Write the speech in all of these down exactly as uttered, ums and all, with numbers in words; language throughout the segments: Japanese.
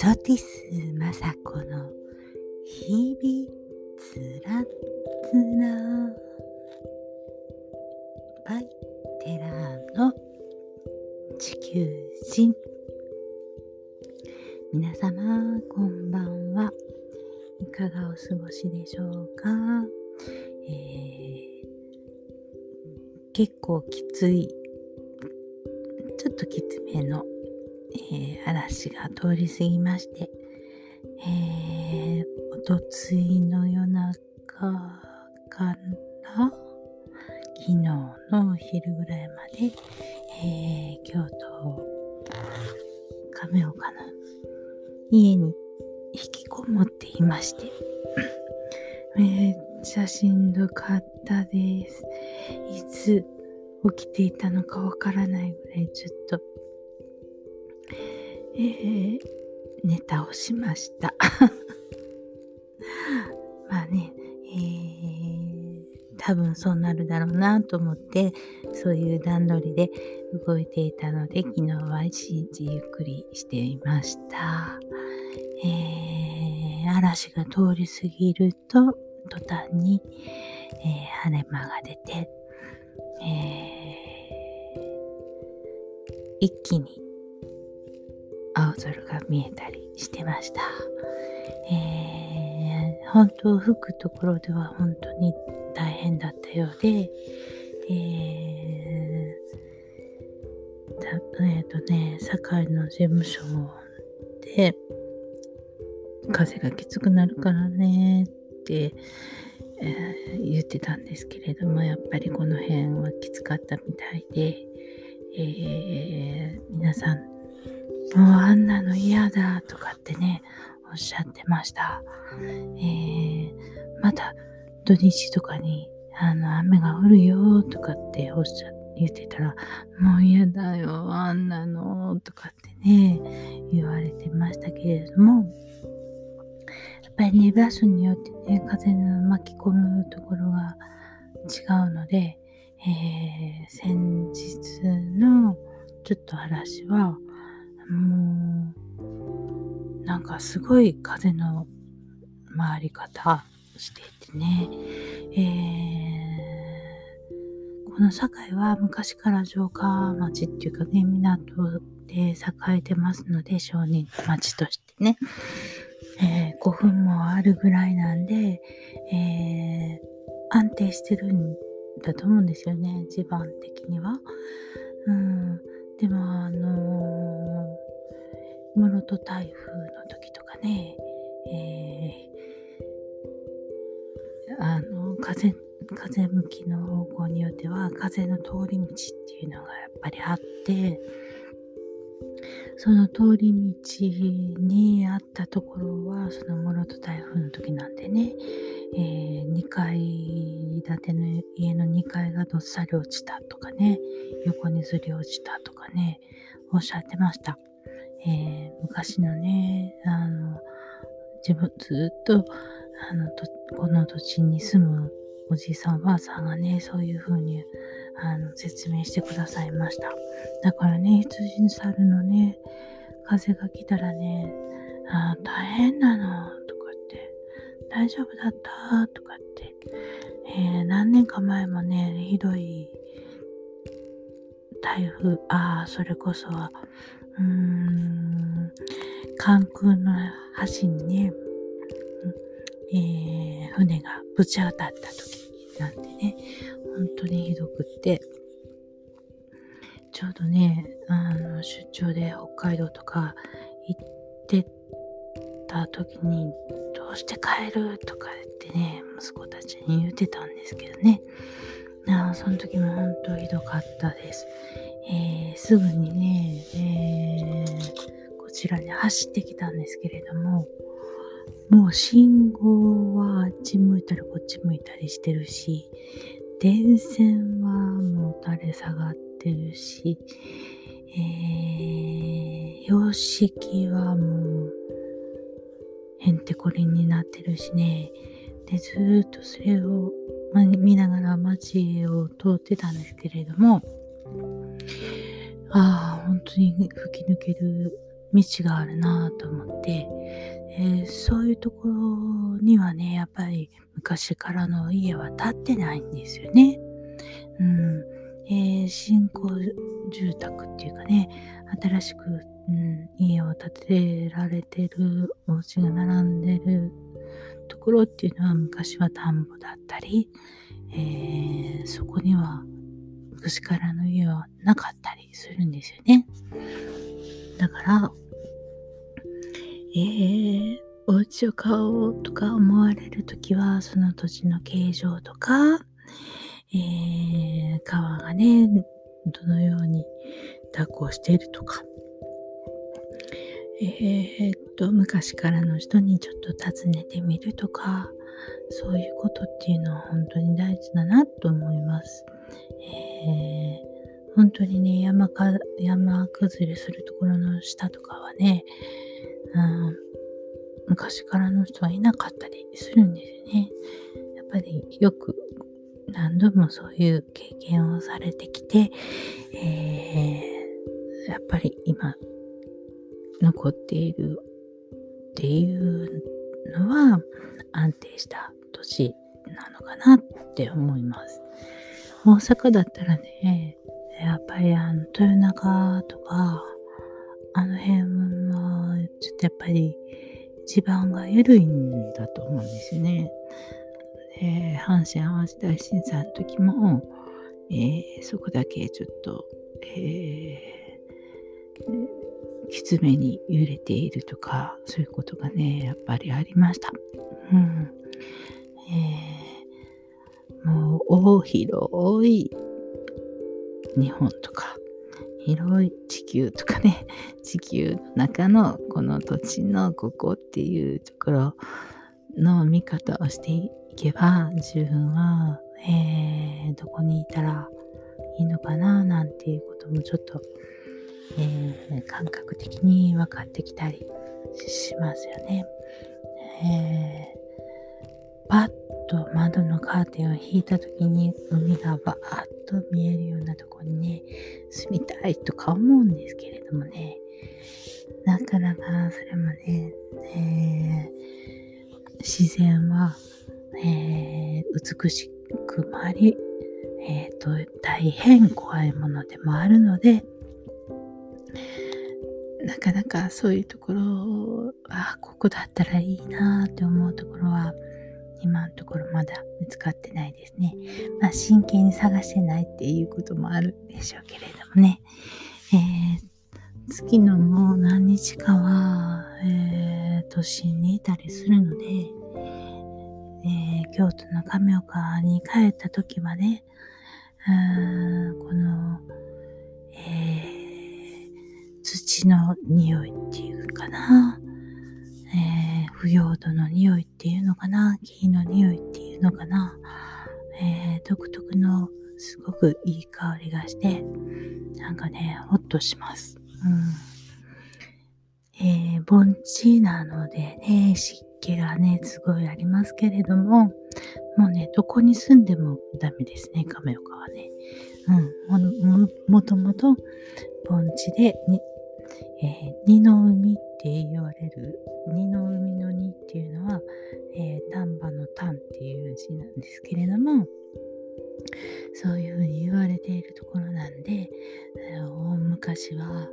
ソティスマサコの日々つらつらバイテラーの地球人。皆様こんばんは。いかがお過ごしでしょうか。えー、結構きついちょっときつめの、えー、嵐が通り過ぎまして、えー、おとついの夜中から昨日のお昼ぐらいまで、えー、京都亀岡の家に引きこもっていましてめっちゃしんどかったです。いつ起きていたのかわからないぐらいちょっと、えー、寝倒しましたまあね、えー、多分そうなるだろうなと思ってそういう段取りで動いていたので、昨日は一日ゆっくりしていました。えー、嵐が通り過ぎると途端に、えー、晴れ間が出て、えー、一気に青空が見えたりしてました。えー、本当吹くところでは本当に大変だったようで、えー、たえっとね、堺の事務所で風がきつくなるからねって、えー、言ってたんですけれども、やっぱりこの辺はきつかったみたいで、えー、皆さんもうあんなの嫌だとかってねおっしゃってました。えー、また土日とかにあの雨が降るよとかっておっしゃ言ってたら、もう嫌だよあんなのとかってね言われてましたけれども、やっぱりね場所によってね風の巻き込むところが違うので、えー、先日のちょっと嵐はもうなんかすごい風の回り方していてね、えー、この堺は昔から城下町っていうかね、港で栄えてますので、商人町としてね、えー、ごふんもあるぐらいなんで、えー、安定してるんだと思うんですよね、地盤的には。うん、でもあのー、室戸台風の時とかね、えー、あの風風向きの方向によっては風の通り道っていうのがやっぱりあって、その通り道にあったところはその室戸台風の時なんでね、えー、にかい建ての家のにかいがどっさり落ちたとかね、横にずり落ちたとかねおっしゃってました。えー、昔のね、あの自分ずっとあのとこの土地に住むおじいさんおばあさんがね、そういう風にあの説明してくださいました。だからね、羊に猿のね風が来たらね、あ大変なのとかって大丈夫だったとかって、えー、何年か前もねひどい台風、ああそれこそはうーん関空の橋にね、えー、船がぶち当たった時なんてね、本当にひどくって、ちょうどねあの出張で北海道とか行ってた時に、どうして帰るとか言ってね息子たちに言ってたんですけどね、あその時も本当ひどかったです。えー、すぐにね、えー、こちらに走ってきたんですけれども、もう信号はあっち向いたりこっち向いたりしてるし、電線はもう垂れ下がってるし、えー、標識はもうへんてこりんになってるしね。でずーっとそれを、ま、見ながら街を通ってたんですけれども、ああ本当に吹き抜ける道があるなと思って、えーそういうところにはね、やっぱり昔からの家は建ってないんですよね。うん。えー新興住宅っていうかね、新しく、うん、家を建てられてるお家が並んでるところっていうのは昔は田んぼだったり、えーそこには昔からの家はなかったりするんですよね。だから、えーお家を買おうとか思われるときは、その土地の形状とか、えー川がね、どのように蛇行しているとか、えーっと、昔からの人にちょっと尋ねてみるとか、そういうことっていうのは本当に大事だなと思います。えー本当にね、山か、山崩れするところの下とかはね、うん、昔からの人はいなかったりするんですよね。やっぱりよく何度もそういう経験をされてきて、えーやっぱり今残っているっていうのは安定した土地なのかなって思います。大阪だったらね、やっぱりあの豊中とか、あの辺はちょっとやっぱり地盤が緩いんだと思うんですよね。で、阪神・淡路大震災の時も、えーそこだけちょっと、えーきつめに揺れているとか、そういうことがね、やっぱりありました。うん。えーもう大広い日本とか、広い地球とかね、地球の中のこの土地のここっていうところの見方をしていけば、自分は、えーどこにいたらいいのかななんていうこともちょっと、えー感覚的に分かってきたりしますよね。えーパッと窓のカーテンを引いた時に海がバーッと見えるようなところにね、住みたいとか思うんですけれどもね、なかなかそれもね、えー自然は、えー美しくもあり、えーと、大変怖いものでもあるので、なかなかそういうところ、あ、ここだったらいいなって思うところは、今のところまだ見つかってないですね。まあ、真剣に探してないっていうこともあるんでしょうけれどもね。えー月のもう何日かは、えー都心にいたりするので、えー京都の亀岡に帰った時はね、うーんこの、えー土の匂いっていうかな、えー、腐葉土の匂いっていうのかな、木の匂いっていうのかな、えー独特のすごくいい香りがして、なんかね、ほっとします。うん。えー盆地なのでね、湿気がね、すごいありますけれども、もうね、どこに住んでもダメですね、亀岡はね。うん。も、ももともと盆地で、にえー二の海って言われる、二の海の二っていうのは、えー丹波の丹っていう字なんですけれども、そういうふうに言われているところなんで、えー大昔は、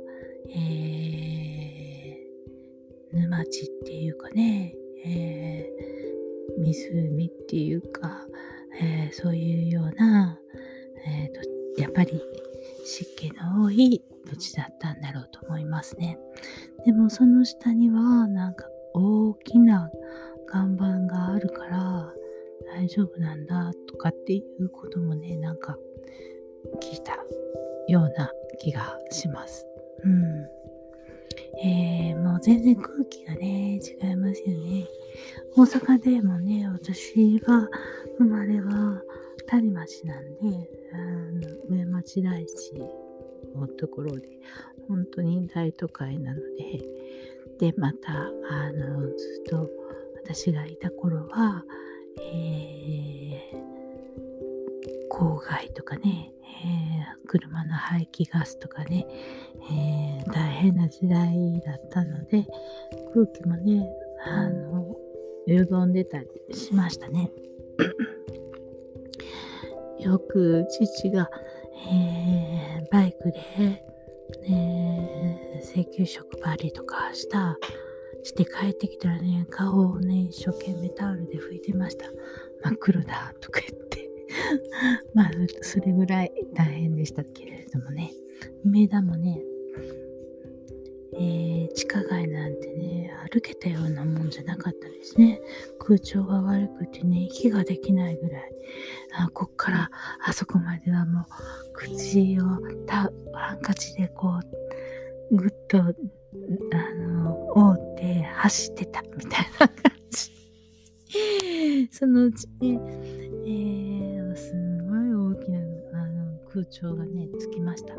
えー沼地っていうかね、えー湖っていうか、えーそういうような、えーと、やっぱり湿気の多い土地だったんだろうと思いますね。でもその下にはなんか大きな岩盤があるから大丈夫なんだとかっていうこともね、なんか聞いたような気がします。うん。えー、もう全然空気がね、違いますよね。大阪でもね、私は生まれは谷町なんで、あの上町台地のところで、本当に大都会なので、で、また、あの、ずっと私がいた頃は、えー公害とかね、えー車の排気ガスとかね、えー大変な時代だったので、空気もね、あの、よどんでたりしましたね。よく父が、えーバイクで、ね、請求職張りとかしたして帰ってきたらね、顔をね、一生懸命タオルで拭いてました。真っ黒だとか言ってまあそれぐらい大変でしたけれどもね、梅田もね、えー地下街なんてね、歩けたようなもんじゃなかったですね。空調が悪くてね、息ができないぐらい、あこっからあそこまではもう口をたハンカチでこうぐっとあの覆って走ってたみたいな感じそのうちね、えー、すごい大きなあの空調がねつきました。うん、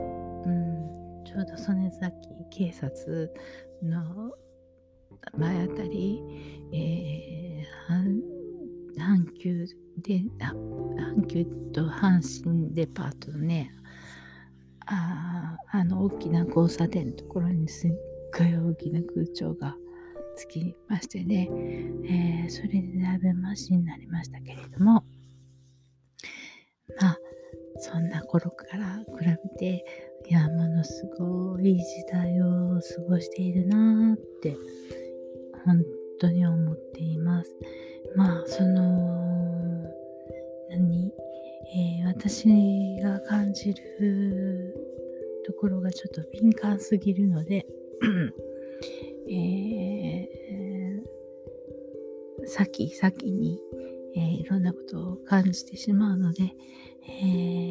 ちょうど曽根崎警察の前あたり、えー、阪阪急であ阪急と阪神デパートのね、ああの大きな交差点のところにすっごい大きな空調がつきましてね、えー、それでだいぶマシになりましたけれども、まあそんな頃から比べて、いやものすごい時代を過ごしているなーって本当に思っています。まあその何、えー私が感じるところがちょっと敏感すぎるので、えー先々に、えーいろんなことを感じてしまうので、え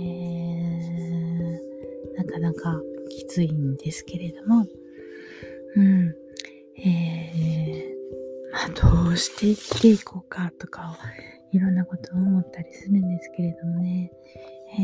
ーなかなかきついんですけれども、うん、えーまあどうして生きていこうかとかをいろんなことを思ったりするんですけれどもね、え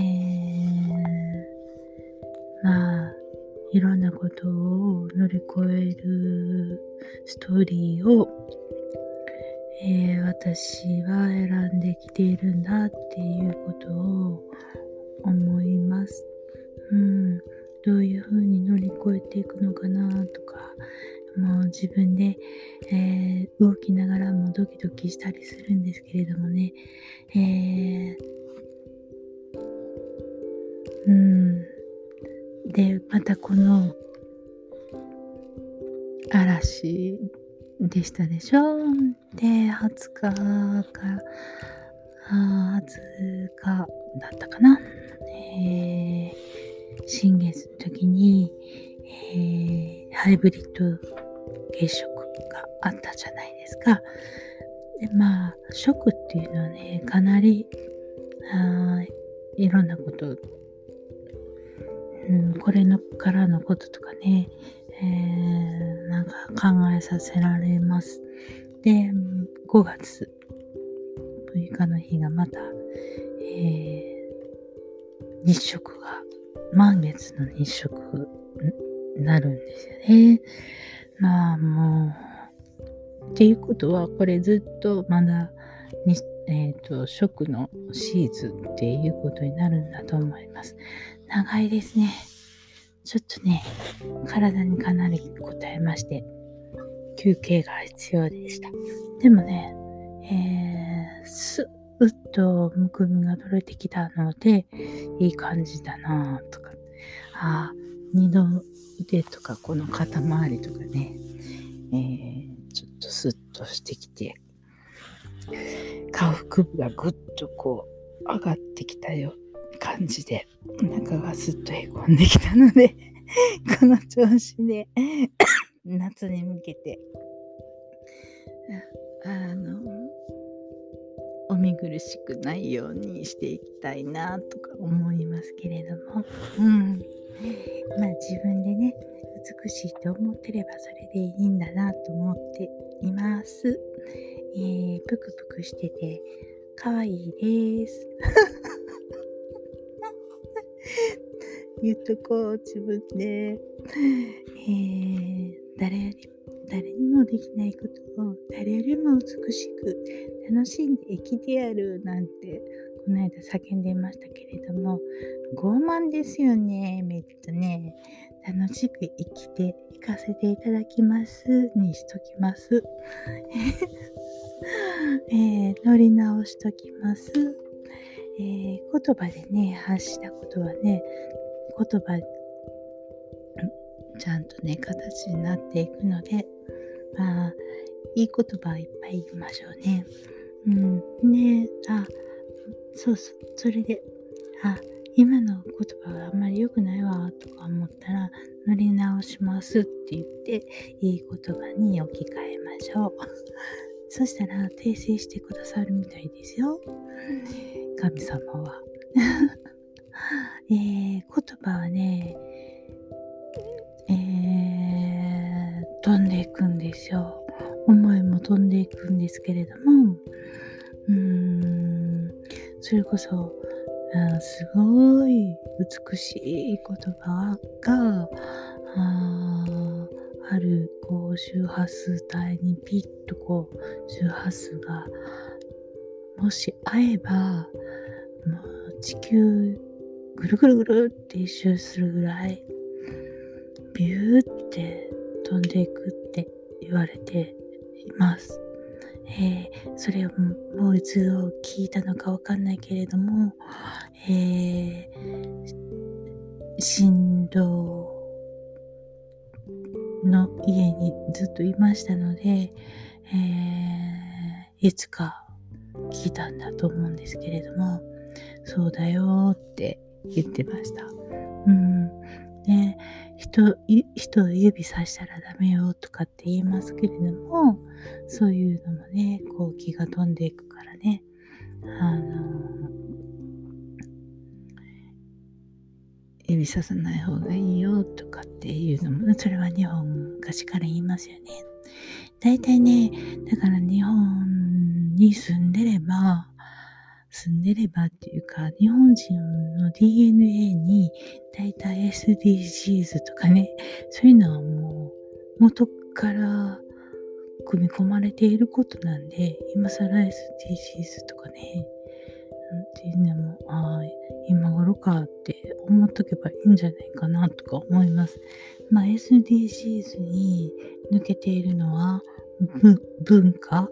ーまあいろんなことを乗り越えるストーリーを、えー私は選んできているんだっていうことを思います。うん、どういうふうに乗り越えていくのかなとか、もう自分で、えー動きながらもドキドキしたりするんですけれどもね、えーうん、でまたこの嵐でしたでしょ。ではつかかあーはつかだったかな、えー新月の時に、えーハイブリッド月食があったじゃないですか。でまあ食っていうのはね、かなりあいろんなこと、うん、これのからのこととかね、えーなんか考えさせられます。でごがつむいかの日がまた、えー日食が満月の日食になるんですよね。まあもうっていうことはこれずっとまだにえっ、と食のシーズンっていうことになるんだと思います。長いですね。ちょっとね体にかなり応えまして休憩が必要でした。でもね、えー、スッとむくみが取れてきたのでいい感じだなとか、あ二度腕とかこの肩周りとかね、えー、ちょっとスッとしてきて下腹部がぐっとこう上がってきたよ感じでお腹がスッとへこんできたのでこの調子で夏に向けてあのお見苦しくないようにしていきたいなとか思いますけれども、うん、まあ自分でね美しいと思ってればそれでいいんだなと思っています。えー、ぷくぷくしてて可愛いです言うとこう自分で、えー、誰より誰にもできないことを誰よりも美しく楽しんで生きてやるなんてこの間叫んでいましたけれども、傲慢ですよね。めっちゃね、楽しく生きていかせていただきますにしときます。えー、乗り直しときます。えー、言葉でね、発したことはね、言葉ちゃんとね、形になっていくので、まあ、いい言葉をいっぱい言いましょうね。うん。ね、あ、そうそう、それで、あ、今の言葉はあんまり良くないわとか思ったら、乗り直しますって言って、いい言葉に置き換えましょう。そしたら訂正してくださるみたいですよ。神様は。えー、言葉はね、えー、飛んでいくんですよ。思いも飛んでいくんですけれども、うーん、それこそ、あすごい美しい言葉が、ああるこう周波数帯にピッとこう周波数がもし合えば、もう地球ぐるぐるぐるって一周するぐらいビューって飛んでいくって言われています。えー、それをもう一度聞いたのかわかんないけれども、えー、振動の家にずっといましたので、えー、いつか聞いたんだと思うんですけれども、そうだよって言ってました。うん。ね、人、人を指さしたらダメよとかって言いますけれども、そういうのもね、こう気が飛んでいくからね、あの、指ささない方がいいよとかっていうのも、それは日本昔から言いますよね。大体ね、だから日本に住んでれば、住んでればっていうか、日本人の ディーエヌエー に大体 エスディージーズ とかね、そういうのはもう元から組み込まれていることなんで、今更 エスディージーズ とかね、っていうのも、ああ、今頃かって思っとけばいいんじゃないかなとか思います。まあ エスディージーズ に抜けているのは、文化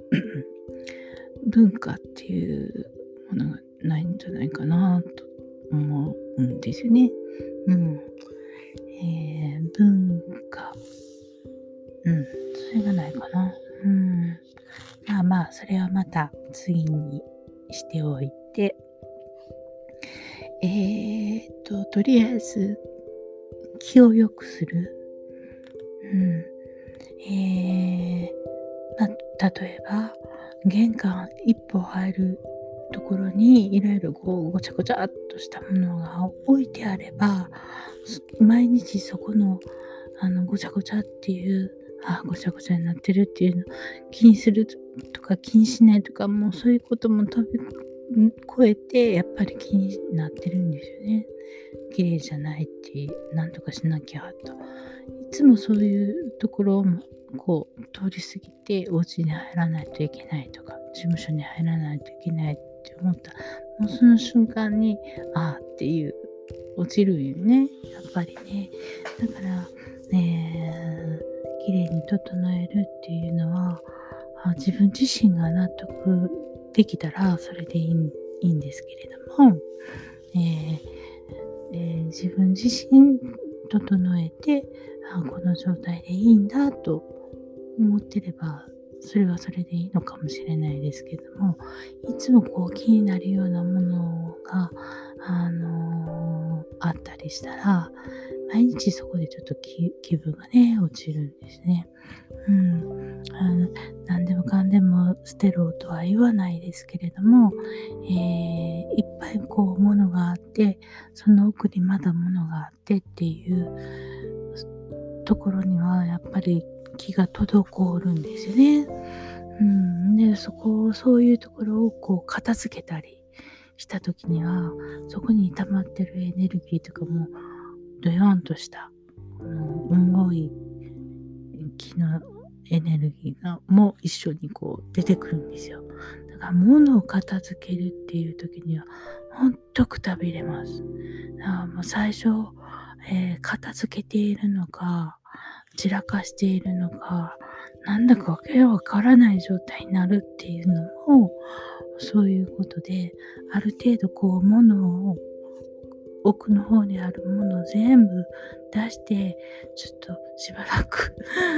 文化っていうものがないんじゃないかなと思うんですよね。うん。えー、文化。うん。それがないかな。うん。まあまあ、それはまた次にしておいて、えーと、とりあえず気を良くする。うん。えー、まあ、例えば、玄関一歩入るところにいろいろこうごちゃごちゃっとしたものが置いてあれば、毎日そこのあのごちゃごちゃっていうあごちゃごちゃになってるっていうの気にするとか気にしないとか、もうそういうことも飛び越えてやっぱり気になってるんですよね。綺麗じゃないってなんとかしなきゃと、いつもそういうところもこう通り過ぎてお家に入らないといけないとか事務所に入らないといけないって思ったもうその瞬間にああっていう落ちるよね、やっぱりね。だからえー、綺麗に整えるっていうのはあ自分自身が納得できたらそれでいい、いいんですけれども、えーえー、自分自身整えてあこの状態でいいんだと思ってればそれはそれでいいのかもしれないですけども、いつもこう気になるようなものが、あのー、あったりしたら毎日そこでちょっと 気, 気分がね落ちるんですね。うん、あの何でもかんでも捨てろとは言わないですけれども、えー、いっぱいこう物があってその奥にまだ物があってっていうところにはやっぱり気が滞るんですよね。うん、でそこそういうところをこう片付けたりした時にはそこに溜まってるエネルギーとかもドヨンとしたこの重い気のエネルギーがも一緒にこう出てくるんですよ。だだから物を片付けるっていう時にはほんとくたびれます。だからもう最初、えー片付けているのか、散らかしているのか、なんだかわけわからない状態になるっていうのも、そういうことで、ある程度こう物を、奥の方にあるものを全部出して、ちょっとしばらく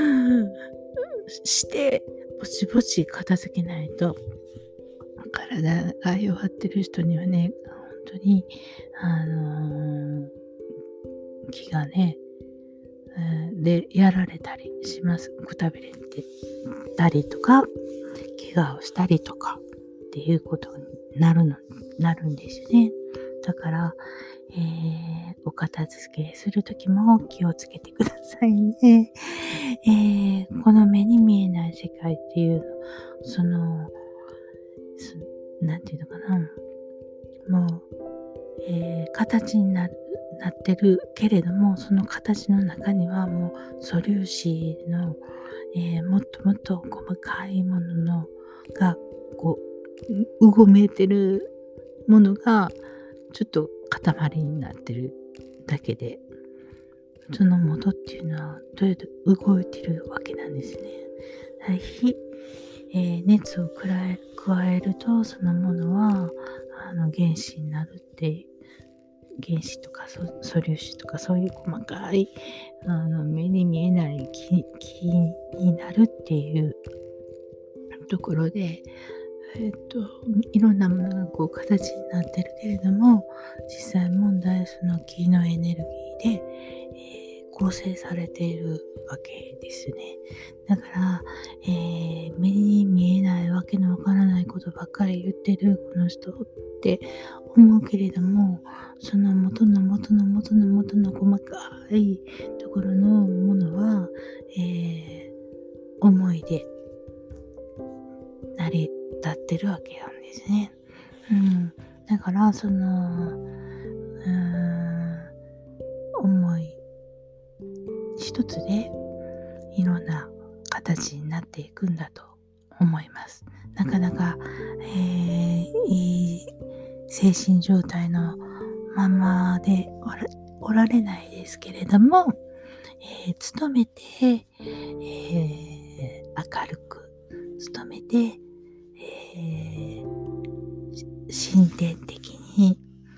して、ぼちぼち片付けないと、体が弱ってる人にはね、本当に、あのー気がね、えーで、やられたりします。くたびれてたりとか、怪我をしたりとかっていうことになるの、なるんですよね。だから、えーお片付けするときも気をつけてくださいね。えーこの目に見えない世界っていうの、その、そなんていうのかな、もう、えー形になるなってるけれども、その形の中にはもう素粒子の、えーもっともっと細かいもののがこううごめいてるものがちょっと塊になってるだけで、その元っていうのはどうやって動いてるわけなんですね。火、えー熱を加え加えると、そのものはあの原子になるって、原子とか素素粒子とかそういう細かいあの目に見えない気気になるっていうところで、えっと、いろんなものがこう形になってるけれども、実際問題その気のエネルギーで、えー構成されているわけですね。だから、えー目に見えないわけのわからないことばっかり言ってるこの人って思うけれども、その元の元の元の元の細かいところのものは、えー思いで成り立ってるわけなんですね。うん。だから、その、うーん、思い一つでいろんな形になっていくんだと思います。なかなか、えーいい精神状態のままでおらおられないですけれども、えー努めて、えー明るく努めて、えー進展的に、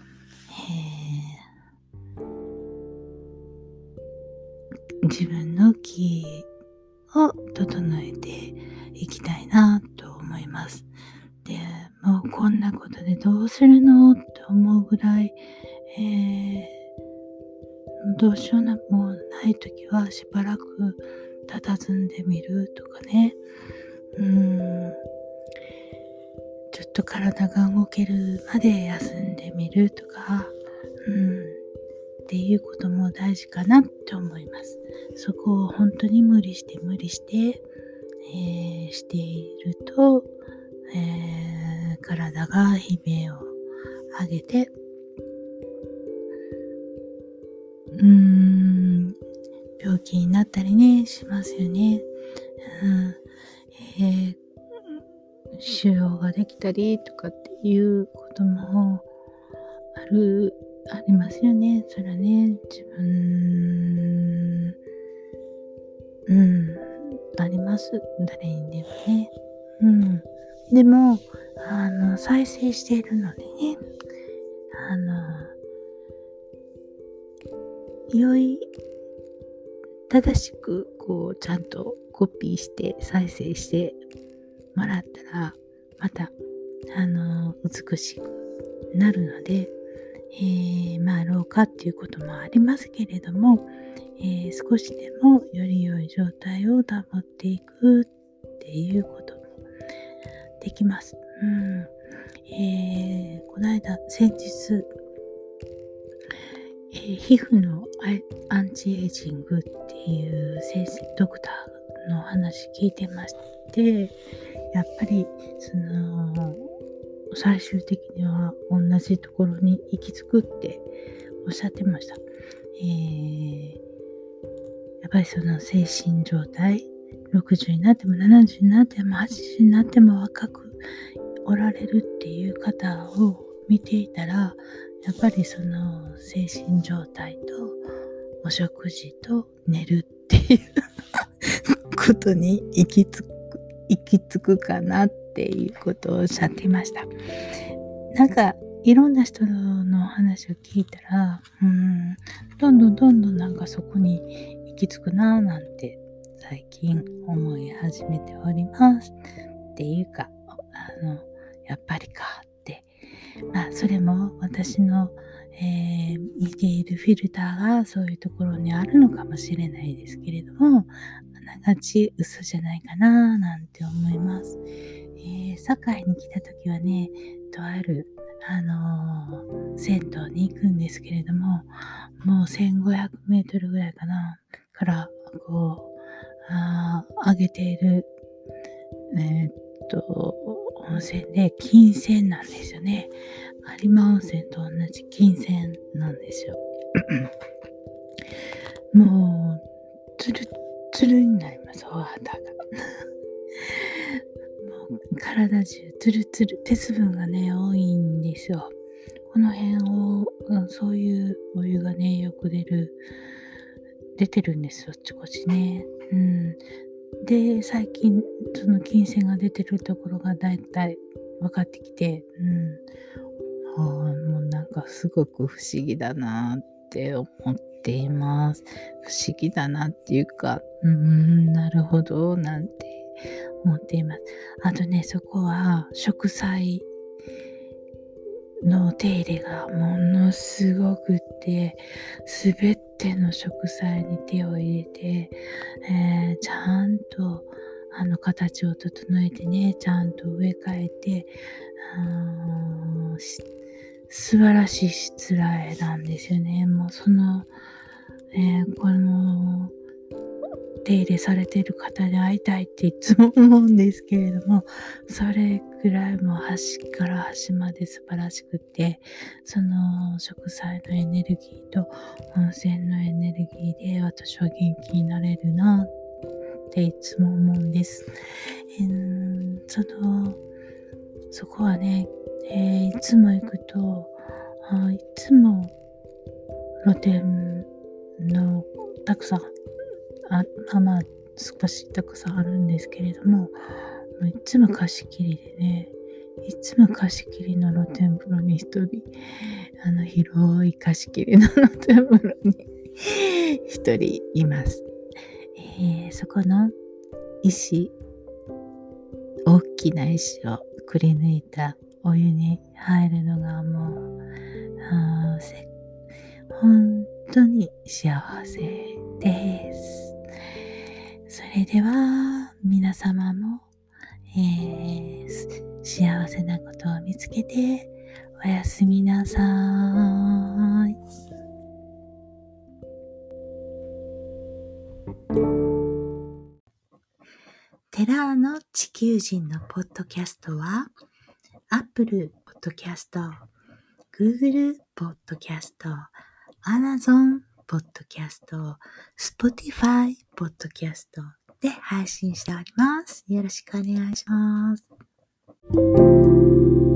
えー自分の気を整えていきたいなと思います。で、もうこんなことでどうするのって思うぐらい、えーどうしようもないときはしばらく佇んでみるとかね。うーん、ちょっと体が動けるまで休んでみるとか、うん、っていうことも大事かなって思います。そこを本当に無理して無理して、えーしていると、えー体が悲鳴を上げて、うーん、病気になったりね、しますよね。うんえー腫瘍ができたりとかっていうこともある、ありますよね。それはね、自分、うん、あります。誰にでもね。うん。でも、あの、再生しているのでね、あの、良い、正しく、こう、ちゃんとコピーして再生してもらったら、また、あの、美しくなるので、えー、まあ、老化っていうこともありますけれども、えー少しでもより良い状態を保っていくっていうこともできます。うん。えーこの間、先日、えー皮膚のアアンチエイジングっていう先生、ドクターの話聞いてまして、やっぱり、その、最終的には同じところに行き着くっておっしゃってました。えー、やっぱりその精神状態、ろくじゅうになってもななじゅうになってもはちじゅうになっても若くおられるっていう方を見ていたら、やっぱりその精神状態とお食事と寝るっていうことに行き着く、行き着くかなっていうことをおっしゃっていました。なんかいろんな人の話を聞いたら、うーん、どんどんどんどんなんかそこに行き着くなぁなんて最近思い始めております。っていうか、あの、やっぱりかって。まあ、それも私の、えー見ているフィルターがそういうところにあるのかもしれないですけれども、あながち嘘じゃないかななんて思います。えー、堺に来た時はね、とある、あのー銭湯に行くんですけれども、もうせんごひゃくメートルぐらいかな、から、こう、あー上げている、えーっと、温泉で金泉なんですよね。有馬温泉と同じ金泉なんですよ。もう、つるつるになります、お肌が。もう体中つるつる、鉄分がね、多いんですよ。この辺を、うん、そういうお湯がね、よく出る、出てるんですよ、あっちこちね。うん。で、最近、その金銭が出てるところがだいたい分かってきて、うん。ああ、もうなんかすごく不思議だなって思っています。不思議だなっていうか、うーん、なるほど、なんて思っています。あとね、そこは植栽の手入れがものすごくって、すべての植栽に手を入れて、えーちゃんとあの形を整えてね、ちゃんと植え替えて、あーし素晴らしいしつらえなんですよね。もうその、えーこの手入れされている方に会いたいっていつも思うんですけれども、それくらいもう端から端まで素晴らしくて、その植栽のエネルギーと温泉のエネルギーで私は元気になれるなっていつも思うんです。えーそのそこはね、えーいつも行くと、あいつも露店のたくさん、あ、まあまあ少したくさんあるんですけれども、もういつも貸し切りでね、いつも貸し切りの露天風呂に一人、あの広い貸し切りの露天風呂に一人います。えーそこの石、大きな石をくり抜いたお湯に入るのがもう、あーせ本当に幸せです。それでは皆様も、えー幸せなことを見つけておやすみなさい。テラーの地球人のポッドキャストは Apple Podcast、Google Podcast、Amazon Podcast、Spotify Podcast で配信しております。よろしくお願いします。